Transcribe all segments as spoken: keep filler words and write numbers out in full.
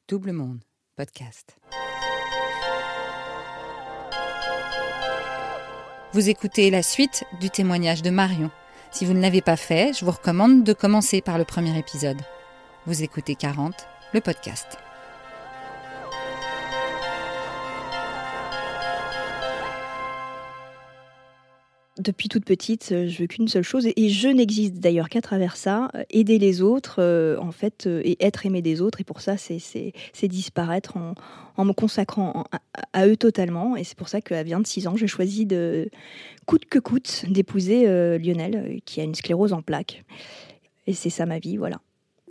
Double Monde, podcast. Vous écoutez la suite du témoignage de Marion. Si vous ne l'avez pas fait, je vous recommande de commencer par le premier épisode. Vous écoutez quarante, le podcast. Depuis toute petite, je veux qu'une seule chose, et je n'existe d'ailleurs qu'à travers ça, aider les autres, euh, en fait, euh, et être aimé des autres. Et pour ça, c'est, c'est, c'est disparaître en, en me consacrant à, à eux totalement. Et c'est pour ça qu'à vingt-six ans, j'ai choisi de, coûte que coûte, d'épouser euh, Lionel, qui a une sclérose en plaques. Et c'est ça ma vie, voilà.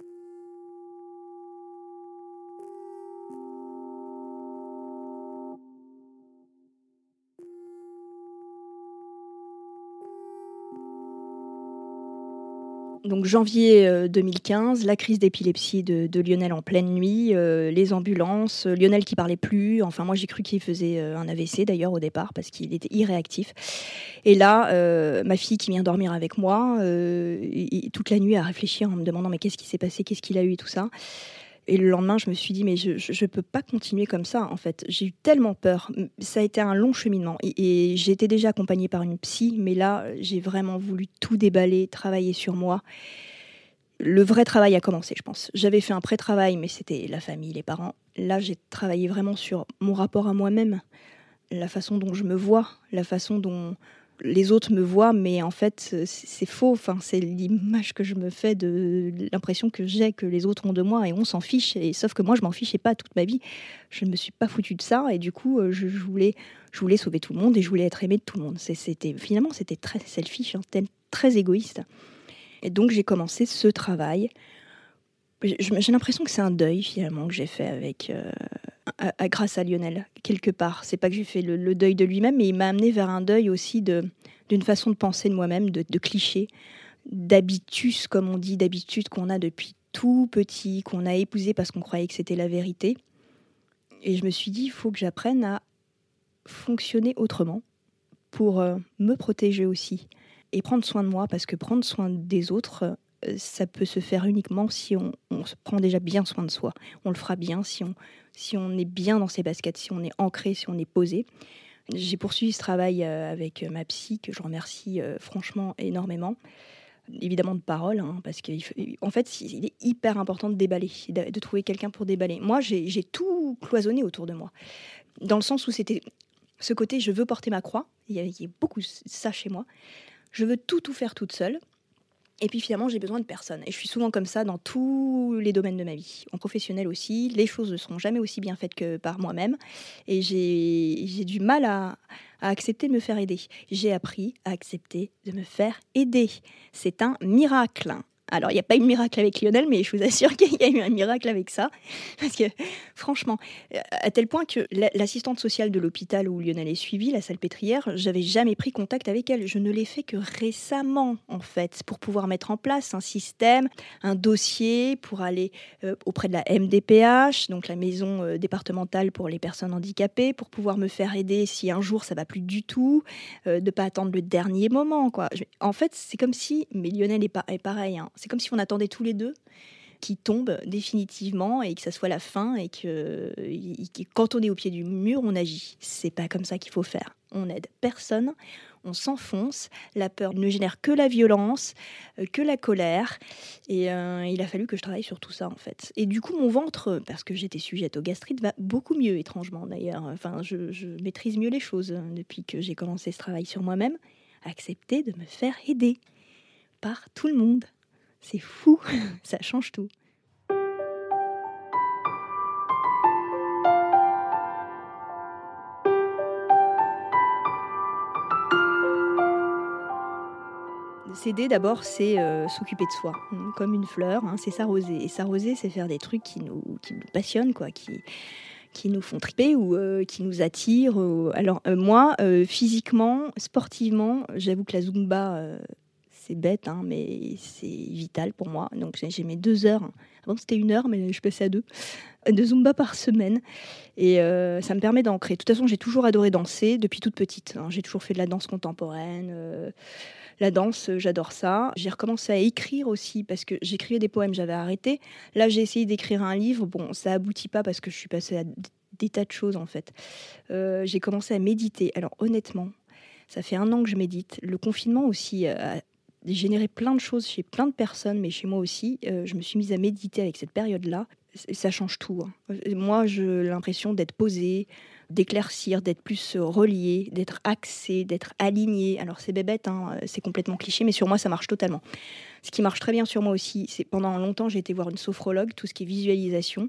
Donc janvier deux mille quinze, la crise d'épilepsie de, de Lionel en pleine nuit, euh, les ambulances, Lionel qui parlait plus. Enfin, moi j'ai cru qu'il faisait un A V C d'ailleurs au départ parce qu'il était irréactif. Et là, euh, ma fille qui vient dormir avec moi, euh, et, et toute la nuit à réfléchir en me demandant mais qu'est-ce qui s'est passé, qu'est-ce qu'il a eu et tout ça. Et le lendemain, je me suis dit, mais je ne peux pas continuer comme ça, en fait. J'ai eu tellement peur. Ça a été un long cheminement. Et, et j'étais déjà accompagnée par une psy, mais là, j'ai vraiment voulu tout déballer, travailler sur moi. Le vrai travail a commencé, je pense. J'avais fait un pré-travail, mais c'était la famille, les parents. Là, j'ai travaillé vraiment sur mon rapport à moi-même, la façon dont je me vois, la façon dont les autres me voient, mais en fait, c'est faux. Enfin, c'est l'image que je me fais de l'impression que j'ai que les autres ont de moi et on s'en fiche. Et sauf que moi, je m'en fichais pas toute ma vie. Je ne me suis pas foutue de ça et du coup, je, je voulais, je voulais sauver tout le monde et je voulais être aimée de tout le monde. C'était finalement, c'était très selfish, hein, très égoïste. Et donc, j'ai commencé ce travail. J'ai l'impression que c'est un deuil finalement que j'ai fait avec, euh, à, à, grâce à Lionel, quelque part. C'est pas que j'ai fait le, le deuil de lui-même, mais il m'a amené vers un deuil aussi de, d'une façon de penser de moi-même, de, de clichés, d'habitus, comme on dit, d'habitudes qu'on a depuis tout petit, qu'on a épousé parce qu'on croyait que c'était la vérité. Et je me suis dit, il faut que j'apprenne à fonctionner autrement pour euh, me protéger aussi et prendre soin de moi, parce que prendre soin des autres, ça peut se faire uniquement si on, on se prend déjà bien soin de soi. On le fera bien si on, si on est bien dans ses baskets, si on est ancré, si on est posé. J'ai poursuivi ce travail avec ma psy, que je remercie euh, franchement énormément. Évidemment de parole, hein, parce qu'en fait, il est hyper important de déballer, de, de trouver quelqu'un pour déballer. Moi, j'ai, j'ai tout cloisonné autour de moi, dans le sens où c'était ce côté « je veux porter ma croix », il y avait beaucoup ça chez moi, je veux tout, tout faire toute seule. Et puis finalement, j'ai besoin de personne. Et je suis souvent comme ça dans tous les domaines de ma vie. En professionnel aussi, les choses ne seront jamais aussi bien faites que par moi-même. Et j'ai, j'ai du mal à, à accepter de me faire aider. J'ai appris à accepter de me faire aider. C'est un miracle. Alors, il n'y a pas eu de miracle avec Lionel, mais je vous assure qu'il y a eu un miracle avec ça. Parce que, franchement, à tel point que l'assistante sociale de l'hôpital où Lionel est suivi, la Salpêtrière, j'avais jamais pris contact avec elle. Je ne l'ai fait que récemment, en fait, pour pouvoir mettre en place un système, un dossier pour aller euh, auprès de la M D P H, donc la maison euh, départementale pour les personnes handicapées, pour pouvoir me faire aider si un jour ça va plus du tout, euh, de pas attendre le dernier moment, quoi. Je, en fait, c'est comme si, mais Lionel est, pas, est pareil, hein. C'est comme si on attendait tous les deux qu'il tombe définitivement et que ça soit la fin et que, et que quand on est au pied du mur, on agit. C'est pas comme ça qu'il faut faire. On n'aide personne, on s'enfonce. La peur ne génère que la violence, que la colère. Et euh, il a fallu que je travaille sur tout ça, en fait. Et du coup, mon ventre, parce que j'étais sujette aux gastrites, va beaucoup mieux, étrangement d'ailleurs. Enfin, je, je maîtrise mieux les choses depuis que j'ai commencé ce travail sur moi-même. Accepter de me faire aider par tout le monde. C'est fou, ça change tout. S'aider d'abord, c'est euh, s'occuper de soi, comme une fleur, hein, c'est s'arroser. Et s'arroser, c'est faire des trucs qui nous, qui nous passionnent, quoi, qui, qui nous font triper ou euh, qui nous attirent. Ou... Alors euh, moi, euh, physiquement, sportivement, j'avoue que la Zumba... Euh, c'est bête, hein, mais c'est vital pour moi. Donc j'ai, j'ai mes deux heures. Avant c'était une heure, mais je passais à deux. De Zumba par semaine. Et euh, ça me permet d'ancrer. De toute façon, j'ai toujours adoré danser depuis toute petite. Hein. J'ai toujours fait de la danse contemporaine. Euh, la danse, euh, j'adore ça. J'ai recommencé à écrire aussi parce que j'écrivais des poèmes, j'avais arrêté. Là, j'ai essayé d'écrire un livre. Bon, ça aboutit pas parce que je suis passée à d- des tas de choses en fait. Euh, j'ai commencé à méditer. Alors honnêtement, ça fait un an que je médite. Le confinement aussi a généré plein de choses chez plein de personnes, mais chez moi aussi. Euh, je me suis mise à méditer avec cette période-là. C- Ça change tout. Hein. Moi, j'ai l'impression d'être posée, d'éclaircir, d'être plus reliée, d'être axée, d'être alignée. Alors c'est bébête, hein, c'est complètement cliché, mais sur moi, ça marche totalement. Ce qui marche très bien sur moi aussi, c'est pendant longtemps, j'ai été voir une sophrologue, tout ce qui est visualisation,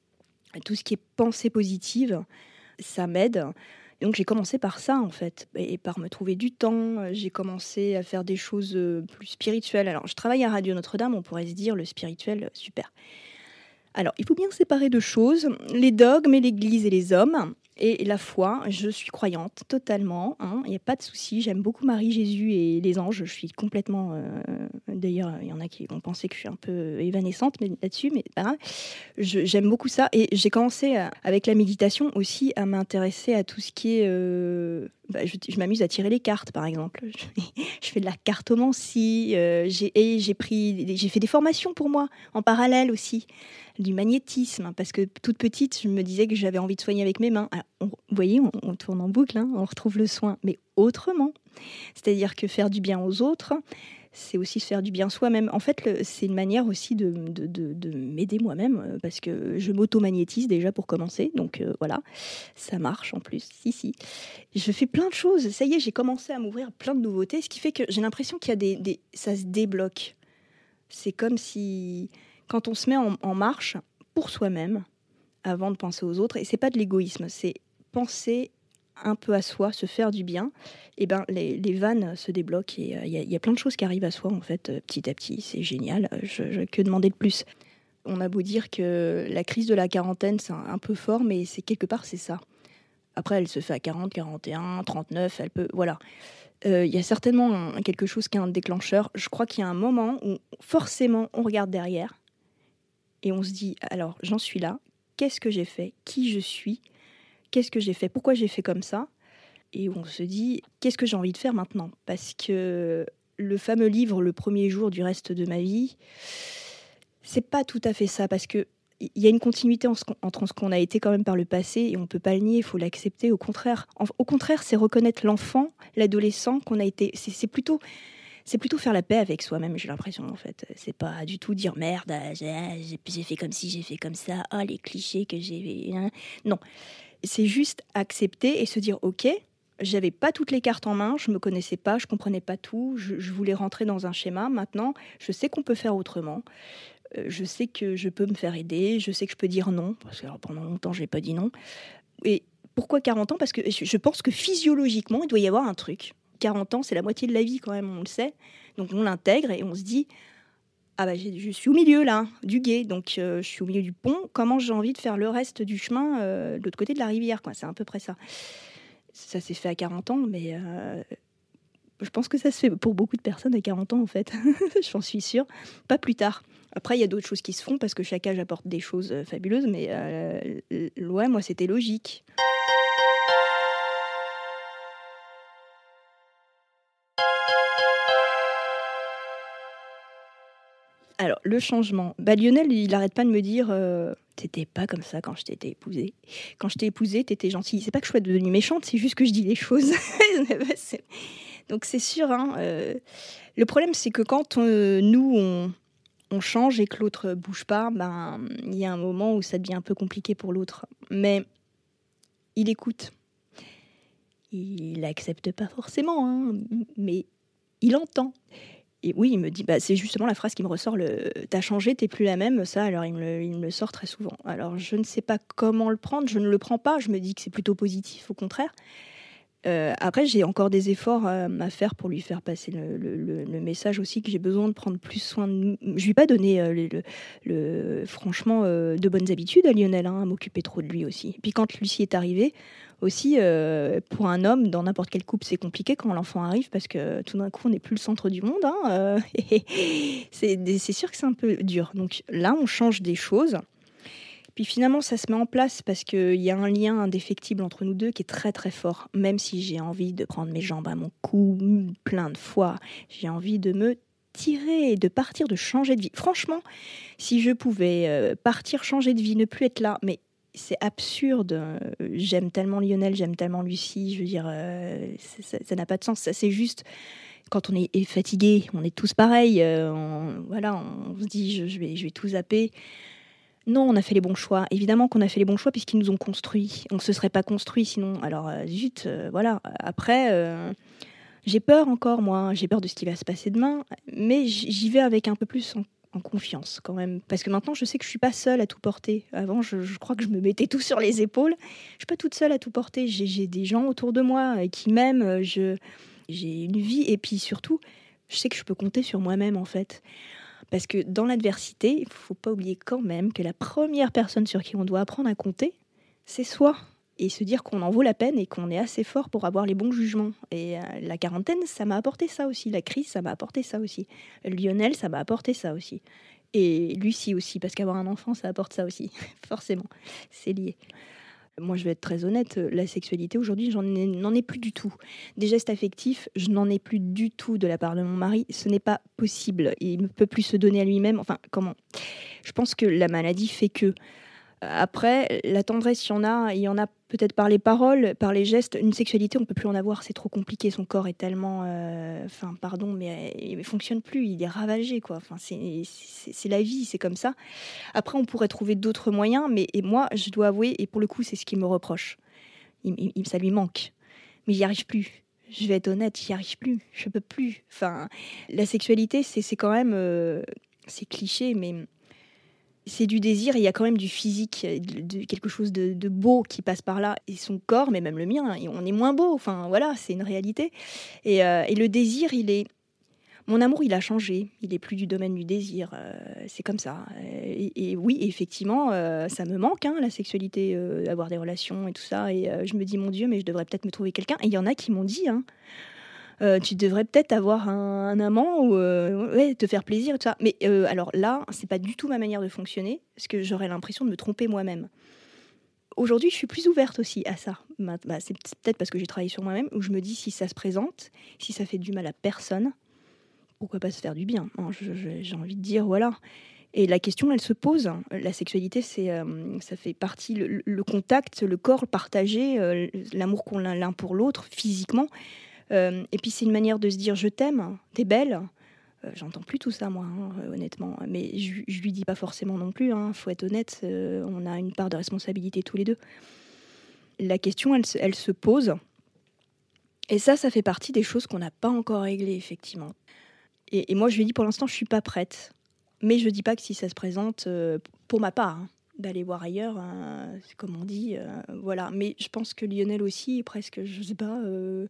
tout ce qui est pensée positive, ça m'aide. Et donc j'ai commencé par ça en fait, et par me trouver du temps. J'ai commencé à faire des choses euh, plus spirituelles. Alors je travaille à Radio Notre-Dame, on pourrait se dire le spirituel, super. Alors il faut bien séparer deux choses, les dogmes et l'Église et les hommes. Et la foi, je suis croyante totalement, hein, il n'y a pas de souci. J'aime beaucoup Marie, Jésus et les anges. Je suis complètement. euh, D'ailleurs, il y en a qui vont penser que je suis un peu évanescente mais, là-dessus, mais c'est pas grave. Je- j'aime beaucoup ça. Et j'ai commencé à- avec la méditation aussi à m'intéresser à tout ce qui est. euh, bah, je je m'amuse à tirer les cartes, par exemple. Je, je fais de la cartomancie. euh, j'ai, et j'ai pris, des- j'ai fait des formations pour moi en parallèle aussi, du magnétisme, parce que toute petite, je me disais que j'avais envie de soigner avec mes mains. Alors, on- vous voyez, on, on tourne en boucle, hein, on retrouve le soin, mais autrement. C'est-à-dire que faire du bien aux autres, c'est aussi se faire du bien soi-même. En fait, le- c'est une manière aussi de, de- de- de m'aider moi-même, euh, parce que je m'auto-magnétise déjà pour commencer. Donc euh, voilà, ça marche en plus. Si, si. Je fais plein de choses. Ça y est, j'ai commencé à m'ouvrir à plein de nouveautés, ce qui fait que j'ai l'impression qu'il y a des, des- ça se débloque. C'est comme si, quand on se met en, en marche pour soi-même, avant de penser aux autres, et c'est pas de l'égoïsme, c'est penser un peu à soi, se faire du bien, et ben les, les vannes se débloquent et il y, a- y a plein de choses qui arrivent à soi en fait, euh, petit à petit, c'est génial. Euh, Je, je- que demander de plus? On a beau dire que la crise de la quarantaine c'est un, un peu fort, mais c'est quelque part c'est ça. Après, elle se fait à quarante, quarante et un, trente-neuf, elle peut, voilà. Euh, Il y a certainement un- quelque chose qui est un déclencheur. Je crois qu'il y a un moment où forcément on regarde derrière et on se dit, alors j'en suis là, qu'est-ce que j'ai fait, qui je suis, qu'est-ce que j'ai fait, pourquoi j'ai fait comme ça, et on se dit, qu'est-ce que j'ai envie de faire maintenant? Parce que le fameux livre, Le premier jour du reste de ma vie, c'est pas tout à fait ça, parce que il y a une continuité en ce qu'on- entre ce qu'on a été quand même par le passé, et on peut pas le nier, il faut l'accepter. Au contraire, En- au contraire, c'est reconnaître l'enfant, l'adolescent qu'on a été. C'est c'est plutôt c'est plutôt faire la paix avec soi-même, j'ai l'impression, en fait. C'est pas du tout dire merde, euh, j'ai j'ai- j'ai fait comme ci, j'ai fait comme ça, oh les clichés que j'ai. Hein. Non, c'est juste accepter et se dire ok, j'avais pas toutes les cartes en main, je me connaissais pas, je comprenais pas tout, je, je voulais rentrer dans un schéma. Maintenant, je sais qu'on peut faire autrement, euh, je sais que je peux me faire aider, je sais que je peux dire non, parce que alors, pendant longtemps, j'ai pas dit non. Et pourquoi quarante ans? Parce que je je pense que physiologiquement, il doit y avoir un truc. quarante ans, c'est la moitié de la vie quand même, on le sait. Donc on l'intègre et on se dit, ah bah j'ai- je suis au milieu là, du gué, donc euh, je suis au milieu du pont. Comment j'ai envie de faire le reste du chemin euh, de l'autre côté de la rivière, quoi. C'est à peu près ça. Ça s'est fait à quarante ans, mais euh, je pense que ça se fait pour beaucoup de personnes à quarante ans en fait. J'en suis sûre. Pas plus tard. Après, il y a d'autres choses qui se font parce que chaque âge apporte des choses euh, fabuleuses, mais euh, l- ouais, moi c'était logique. Alors, le changement. Bah, Lionel, il arrête pas de me dire euh, t'étais pas comme ça quand je t'étais épousée. Quand je t'ai épousée, t'étais gentille. C'est pas que je sois devenue méchante, c'est juste que je dis les choses. C'est- Donc, c'est sûr. Hein, euh, le problème, c'est que quand euh, nous, on, on change et que l'autre bouge pas, ben, il y a un moment où ça devient un peu compliqué pour l'autre. Mais il écoute. Il accepte pas forcément, hein, mais il entend. Et oui, il me dit, bah, c'est justement la phrase qui me ressort, le «t'as changé, t'es plus la même», ça, alors il me, le, il me le sort très souvent. Alors je ne sais pas comment le prendre, je ne le prends pas, je me dis que c'est plutôt positif, au contraire. Heu, après, j'ai encore des efforts, hem, à faire pour lui faire passer le le le le message aussi que j'ai besoin de prendre plus soin de nous. Je lui ai pas donné, heu, le le le franchement, heu, de bonnes habitudes à Lionel, hein, à m'occuper trop de lui aussi. Puis quand Lucie est arrivée aussi, heu, pour un homme dans n'importe quel couple, c'est compliqué quand l'enfant arrive parce que tout d'un coup, on n'est plus le centre du monde, hein, heu, c'est des c'est sûr que c'est un peu dur. Donc là, on change des choses. Puis finalement, ça se met en place parce qu'il y a un lien indéfectible entre nous deux qui est très très fort. Même si j'ai envie de prendre mes jambes à mon cou mm, plein de fois, j'ai envie de me tirer, de partir, de changer de vie. Franchement, si je pouvais euh, partir, changer de vie, ne plus être là, mais c'est absurde. euh, J'aime tellement Lionel, j'aime tellement Lucie. Je veux dire, euh, ça ça- ça n'a pas de sens. Ça, c'est juste quand on est est fatigué, on est tous pareils. euh, on, voilà, on se dit, je, je vais, je vais tout zapper. Non, on a fait les bons choix. Évidemment qu'on a fait les bons choix puisqu'ils nous ont construits. On ne se serait pas construit sinon. Alors, euh, zut, euh, voilà. Après, euh, j'ai peur encore, moi. J'ai peur de ce qui va se passer demain. Mais j- j'y vais avec un peu plus en, en confiance quand même. Parce que maintenant, je sais que je suis pas seule à tout porter. Avant, je, je crois que je me mettais tout sur les épaules. Je suis pas toute seule à tout porter. J'ai j'ai des gens autour de moi euh, qui m'aiment. euh, Je, j'ai une vie. Et puis surtout, je sais que je peux compter sur moi-même, en fait. Parce que dans l'adversité, il ne faut pas oublier quand même que la première personne sur qui on doit apprendre à compter, c'est soi. Et se dire qu'on en vaut la peine et qu'on est assez fort pour avoir les bons jugements. Et euh, la quarantaine, ça m'a apporté ça aussi. La crise, ça m'a apporté ça aussi. Lionel, ça m'a apporté ça aussi. Et Lucie aussi, parce qu'avoir un enfant, ça apporte ça aussi. Forcément, c'est lié. Moi, je vais être très honnête, la sexualité, aujourd'hui, j'en ai, n'en ai plus du tout. Des gestes affectifs, je n'en ai plus du tout de la part de mon mari. Ce n'est pas possible. Il ne peut plus se donner à lui-même. Enfin, comment? Je pense que la maladie fait que. Après, la tendresse, il y en a, il y en a peut-être par les paroles, par les gestes. Une sexualité, on peut plus en avoir, c'est trop compliqué. Son corps est tellement, euh, enfin, pardon, mais euh, il fonctionne plus, il est ravagé, quoi. Enfin, c'est, c'est, c'est la vie, c'est comme ça. Après, on pourrait trouver d'autres moyens, mais et moi, je dois avouer, et pour le coup, c'est ce qu'il me reproche. Il, il- ça lui manque, mais j'y arrive plus. Je vais être honnête, j'y arrive plus. Je peux plus. Enfin, la sexualité, c'est, c'est quand même, euh, c'est cliché, mais c'est du désir, et il y a quand même du physique, de, de- quelque chose de, de beau qui passe par là. Et son corps, mais même le mien, hein, on est moins beau. Enfin, voilà, c'est une réalité. Et, euh, et le désir, il est. Mon amour, il a changé. Il est plus du domaine du désir. euh, c'est comme ça. Et, et oui, effectivement, euh, ça me manque, hein, la sexualité, euh, avoir des relations et tout ça. Et euh, je me dis, mon Dieu, mais je devrais peut-être me trouver quelqu'un. Et il y en a qui m'ont dit, hein, euh, tu devrais peut-être avoir un, un amant ou euh, ouais, te faire plaisir et tout ça. Mais euh, alors là, c'est pas du tout ma manière de fonctionner, parce que j'aurais l'impression de me tromper moi-même. Aujourd'hui, je suis plus ouverte aussi à ça. Bah, bah, c'est peut-être parce que j'ai travaillé sur moi-même, où je me dis, si ça se présente, si ça fait du mal à personne, pourquoi pas se faire du bien, hein, je- je- j'ai envie de dire, voilà. Et la question, elle se pose. La sexualité, c'est, euh, ça fait partie, le, le contact, le corps partagé, euh, l'amour qu'on a l'un pour l'autre, physiquement. Euh, et puis c'est une manière de se dire, je t'aime, t'es belle. Euh, j'entends plus tout ça, moi, hein, euh, honnêtement. Mais je, je lui dis pas forcément non plus, hein, faut être honnête, euh, on a une part de responsabilité tous les deux. La question, elle, se- elle se pose. Et ça, ça fait partie des choses qu'on n'a pas encore réglées, effectivement. Et, et moi, je lui ai dit, pour l'instant, je suis pas prête. Mais je dis pas que si ça se présente, euh, pour ma part, hein, d'aller voir ailleurs, hein, c'est comme on dit, euh, voilà. Mais je pense que Lionel aussi, presque, je sais pas, euh,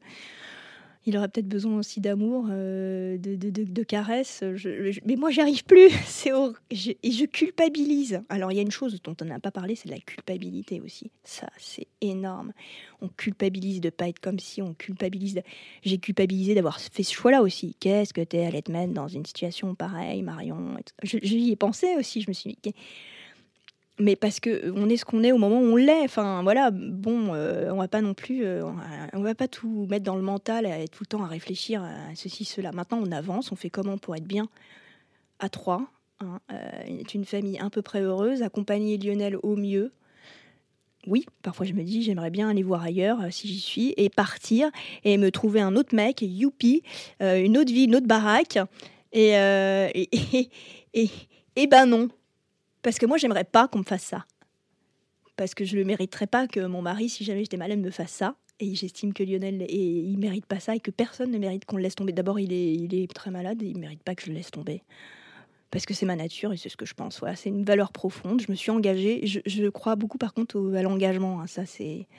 il aurait peut-être besoin aussi d'amour, euh, de, de, de, de caresses. Je- je- mais moi, j'y arrive plus. C'est hor- je- et je culpabilise. Alors, il y a une chose dont on n'a pas parlé, c'est la culpabilité aussi. Ça, c'est énorme. On culpabilise de pas être comme si, on culpabilise. de- J'ai culpabilisé d'avoir fait ce choix-là aussi. Qu'est-ce que t'es allé te mettre dans une situation pareille, Marion? et tout. Je, J'y ai pensé aussi. Je me suis dit, mais parce que on est ce qu'on est au moment où on l'est. Enfin, voilà, bon, euh, on va pas non plus, euh, on, va, on va pas tout mettre dans le mental, à être tout le temps à réfléchir à ceci, cela. Maintenant, on avance, on fait comment pour être bien à trois, hein, euh, être une famille à peu près heureuse, accompagner Lionel au mieux. Oui, parfois je me dis, j'aimerais bien aller voir ailleurs, euh, si j'y suis, et partir, et me trouver un autre mec, youpi, euh, une autre vie, une autre baraque. Et, euh, et, et, et, et ben non. Parce que moi, j'aimerais pas qu'on me fasse ça. Parce que je ne mériterais pas que mon mari, si jamais j'étais malade, me fasse ça. Et j'estime que Lionel, et il mérite pas ça et que personne ne mérite qu'on le laisse tomber. D'abord, il est, il est très malade et il mérite pas que je le laisse tomber. Parce que c'est ma nature et c'est ce que je pense. Voilà, c'est une valeur profonde. Je me suis engagée. Je, je crois beaucoup, par contre, au, à l'engagement, hein. Ça, c'est,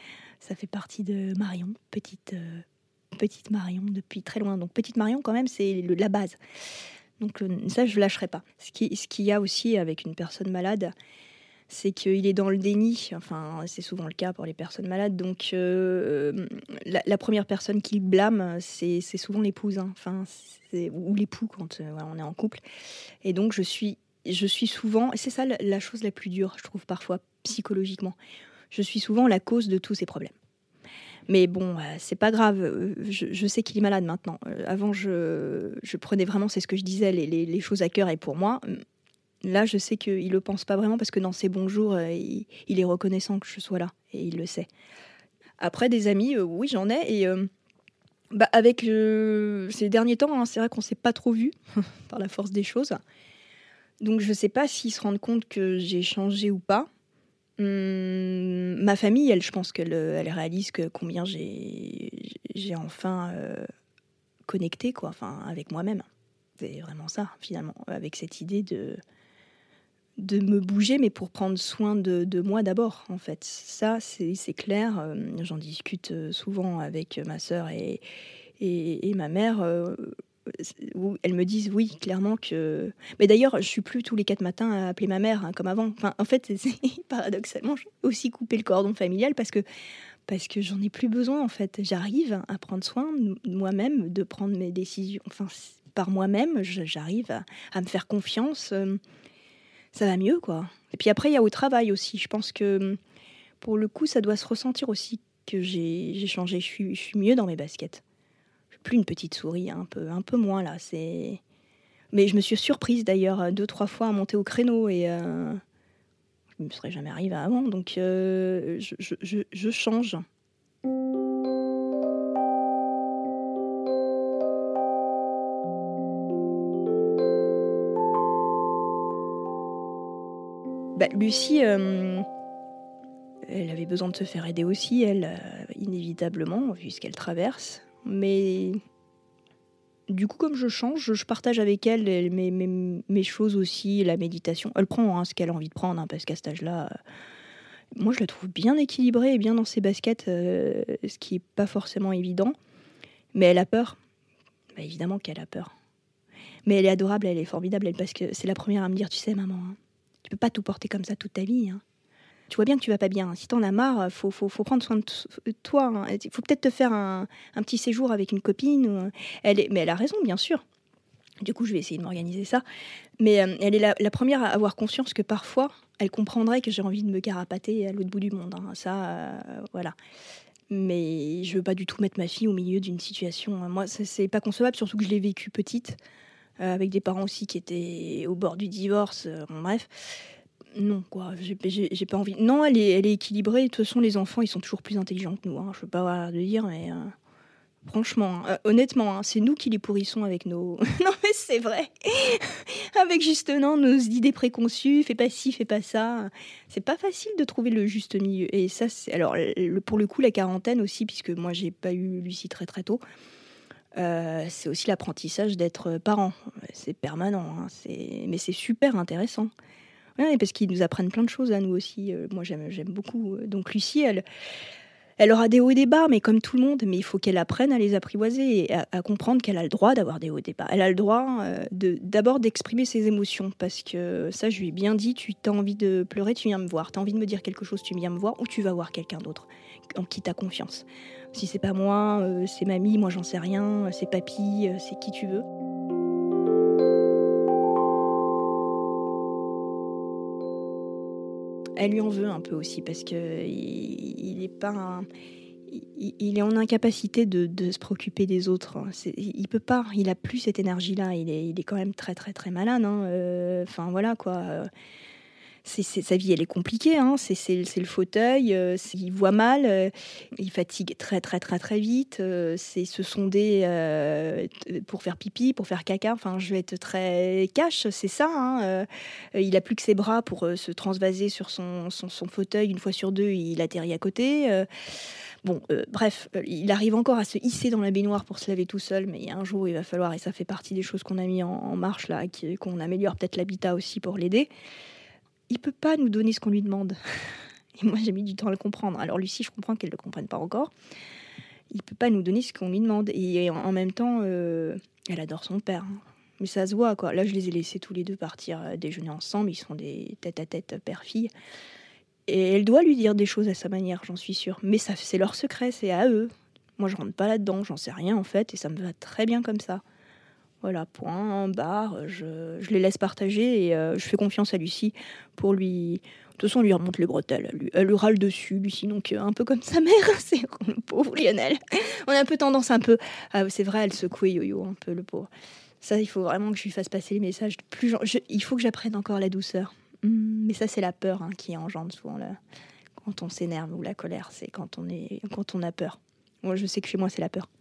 Ça fait partie de Marion, petite, euh, petite Marion depuis très loin. Donc petite Marion quand même, c'est le, la base. Donc euh, ça, je ne lâcherai pas. Ce qui, ce qu'il y a aussi avec une personne malade, c'est qu'il est dans le déni. Enfin, c'est souvent le cas pour les personnes malades. Donc euh, la, la première personne qu'il blâme, c'est, c'est souvent l'épouse. Hein. Enfin, c'est, ou l'époux quand euh, voilà, on est en couple. Et donc je suis, je suis souvent... C'est ça la, la chose la plus dure, je trouve, parfois, psychologiquement. Je suis souvent la cause de tous ces problèmes. Mais bon, euh, c'est pas grave. Euh, Je, je sais qu'il est malade maintenant. Euh, avant, je, je prenais vraiment, c'est ce que je disais, les, les, les choses à cœur et pour moi. Là, je sais qu'il le pense pas vraiment parce que dans ses bons jours, euh, il, il est reconnaissant que je sois là et il le sait. Après, des amis, euh, oui, j'en ai. Et euh, bah, avec euh, ces derniers temps, hein, c'est vrai qu'on s'est pas trop vus par la force des choses. Donc, je sais pas s'ils se rendent compte que j'ai changé ou pas. Hum, ma famille, elle, je pense qu'elle elle réalise que combien j'ai, j'ai enfin euh, connecté, quoi, enfin, avec moi-même. C'est vraiment ça, finalement, avec cette idée de, de me bouger, mais pour prendre soin de, de moi d'abord, en fait. Ça, c'est, c'est clair. Euh, j'en discute souvent avec ma sœur et, et, et ma mère. Euh, où elles me disent oui clairement que mais d'ailleurs je suis plus tous les quatre matins à appeler ma mère hein, comme avant enfin en fait c'est, c'est paradoxalement j'ai aussi coupé le cordon familial parce que parce que j'en ai plus besoin en fait j'arrive à prendre soin de moi-même de prendre mes décisions enfin par moi-même j'arrive à, à me faire confiance euh, ça va mieux quoi et puis après il y a au travail aussi je pense que pour le coup ça doit se ressentir aussi que j'ai, j'ai changé je suis, je suis mieux dans mes baskets plus une petite souris, un peu, un peu moins là. C'est... Mais je me suis surprise d'ailleurs deux, trois fois à monter au créneau et euh, je ne me serais jamais arrivée avant. Donc euh, je, je, je, je change. Bah, Lucie, euh, elle avait besoin de se faire aider aussi, elle, euh, inévitablement, vu ce qu'elle traverse. Mais du coup, comme je change, je partage avec elle mes, mes, mes choses aussi, la méditation. Elle prend hein, ce qu'elle a envie de prendre, hein, parce qu'à cet âge-là, euh, moi je la trouve bien équilibrée et bien dans ses baskets, euh, ce qui n'est pas forcément évident. Mais elle a peur. Bah, évidemment qu'elle a peur. Mais elle est adorable, elle est formidable, elle, parce que c'est la première à me dire, tu sais maman, hein, tu peux pas tout porter comme ça toute ta vie. Hein. Tu vois bien que tu vas pas bien. Si t'en as marre, faut, faut, faut prendre soin de t- toi. Hein. Il faut peut-être te faire un, un petit séjour avec une copine. Ou... Elle est... Mais elle a raison, bien sûr. Du coup, je vais essayer de m'organiser ça. Mais euh, elle est la, la première à avoir conscience que parfois, elle comprendrait que j'ai envie de me carapater à l'autre bout du monde. Hein. Ça, euh, voilà. Mais je veux pas du tout mettre ma fille au milieu d'une situation. Moi, ça, c'est pas concevable, surtout que je l'ai vécu petite, euh, avec des parents aussi qui étaient au bord du divorce. Euh, bon, bref. Non, quoi, j'ai, j'ai, j'ai pas envie. Non, elle est, elle est équilibrée. De toute façon, les enfants, ils sont toujours plus intelligents que nous. Hein. Je veux pas avoir de dire, mais euh, franchement, euh, honnêtement, hein, c'est nous qui les pourrissons avec nos. Non, mais c'est vrai. Avec justement nos idées préconçues, fais pas ci, fais pas ça. C'est pas facile de trouver le juste milieu. Et ça, c'est. Alors, le, pour le coup, la quarantaine aussi, puisque moi, j'ai pas eu Lucie très très tôt. Euh, c'est aussi l'apprentissage d'être parent. C'est permanent, hein, c'est... mais c'est super intéressant. Ouais, parce qu'ils nous apprennent plein de choses à nous aussi. Euh, moi, j'aime, j'aime beaucoup. Donc, Lucie, elle, elle aura des hauts et des bas, mais comme tout le monde, mais il faut qu'elle apprenne à les apprivoiser et à, à comprendre qu'elle a le droit d'avoir des hauts et des bas. Elle a le droit euh, de, d'abord d'exprimer ses émotions, parce que ça, je lui ai bien dit, tu as envie de pleurer, tu viens me voir. Tu as envie de me dire quelque chose, tu viens me voir, ou tu vas voir quelqu'un d'autre en qui tu as confiance. Si c'est pas moi, euh, c'est mamie, moi j'en sais rien, c'est papy, euh, c'est qui tu veux. Elle lui en veut un peu aussi parce que il, il est pas un, il, il est en incapacité de, de se préoccuper des autres. C'est, il peut pas, il a plus cette énergie-là. Il est, il est quand même très très très malade. Hein. Euh, enfin voilà quoi. C'est, c'est, sa vie elle est compliquée. Hein. C'est, c'est, c'est le fauteuil. Euh, c'est, il voit mal. Euh, il fatigue très très très très vite. Euh, c'est se sonder euh, pour faire pipi, pour faire caca. Enfin, je vais être très cash. C'est ça. Hein. Euh, il a plus que ses bras pour euh, se transvaser sur son, son, son fauteuil. Une fois sur deux, il atterrit à côté. Euh, bon, euh, bref, euh, il arrive encore à se hisser dans la baignoire pour se laver tout seul. Mais il y a un jour, il va falloir, et ça fait partie des choses qu'on a mis en, en marche là, qui, qu'on améliore peut-être l'habitat aussi pour l'aider. Il peut pas nous donner ce qu'on lui demande. Et moi, j'ai mis du temps à le comprendre. Alors Lucie, je comprends qu'elle ne le comprenne pas encore. Il ne peut pas nous donner ce qu'on lui demande. Et en, en même temps, euh, elle adore son père. Hein. Mais ça se voit, quoi. Là, je les ai laissés tous les deux partir euh, déjeuner ensemble. Ils sont des tête-à-tête père-fille. Et elle doit lui dire des choses à sa manière, j'en suis sûre. Mais ça, c'est leur secret, c'est à eux. Moi, je rentre pas là-dedans, j'en sais rien en fait. Et ça me va très bien comme ça. Voilà, point, barre, je, je les laisse partager et euh, je fais confiance à Lucie pour lui... De toute façon, on lui remonte les bretelles, elle lui, elle lui râle dessus, Lucie, donc euh, un peu comme sa mère, c'est le pauvre Lionel. On a un peu tendance un peu... Ah, c'est vrai, elle secouait Yo-Yo un peu, le pauvre. Ça, il faut vraiment que je lui fasse passer les messages. Plus genre, je, il faut que j'apprenne encore la douceur. Hum, mais ça, c'est la peur hein, qui engendre souvent la, quand on s'énerve ou la colère, c'est quand on, est, quand on a peur. Moi, je sais que chez moi, c'est la peur.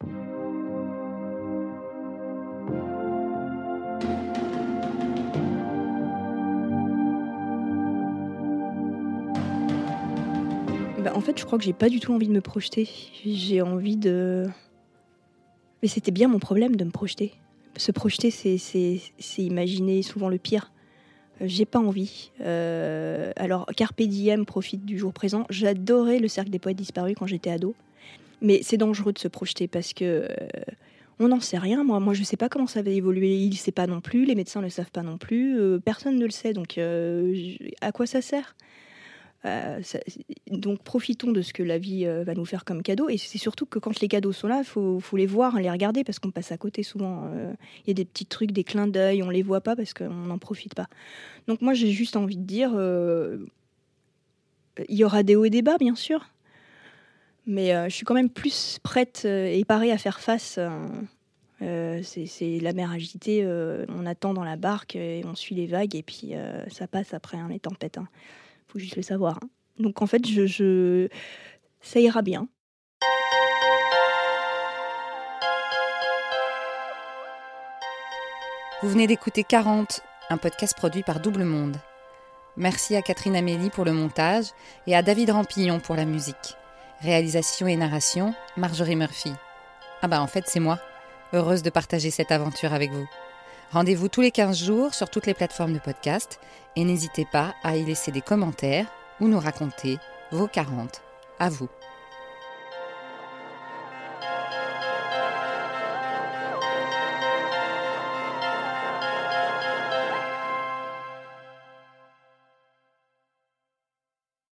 Bah, en fait, je crois que j'ai pas du tout envie de me projeter. J'ai envie de... Mais c'était bien mon problème de me projeter. Se projeter, c'est, c'est, c'est imaginer souvent le pire. Euh, j'ai pas envie. Euh, alors, Carpe Diem, profite du jour présent. J'adorais le Cercle des Poètes Disparus quand j'étais ado. Mais c'est dangereux de se projeter parce que... Euh, on n'en sait rien, moi. Moi, je sais pas comment ça va évoluer. Il ne sait pas non plus. Les médecins ne le savent pas non plus. Euh, personne ne le sait. Donc, euh, à quoi ça sert ? Euh, ça, donc profitons de ce que la vie euh, va nous faire comme cadeau et c'est surtout que quand les cadeaux sont là, il faut, faut les voir, les regarder parce qu'on passe à côté souvent. Il euh, y a des petits trucs, des clins d'œil, on les voit pas parce qu'on n'en profite pas. Donc moi j'ai juste envie de dire, il euh, y aura des hauts et des bas bien sûr, mais euh, je suis quand même plus prête euh, et parée à faire face. Euh, euh, c'est, c'est la mer agitée, euh, on attend dans la barque et on suit les vagues et puis euh, ça passe après hein, les tempêtes. Hein. Faut juste le savoir. Hein. Donc en fait, je, je... ça ira bien. Vous venez d'écouter quarante, un podcast produit par Double Monde. Merci à Catherine Amélie pour le montage et à David Rampillon pour la musique. Réalisation et narration, Marjorie Murphy. Ah bah en fait, c'est moi, heureuse de partager cette aventure avec vous. Rendez-vous tous les quinze jours sur toutes les plateformes de podcast et n'hésitez pas à y laisser des commentaires ou nous raconter vos quarante. À vous.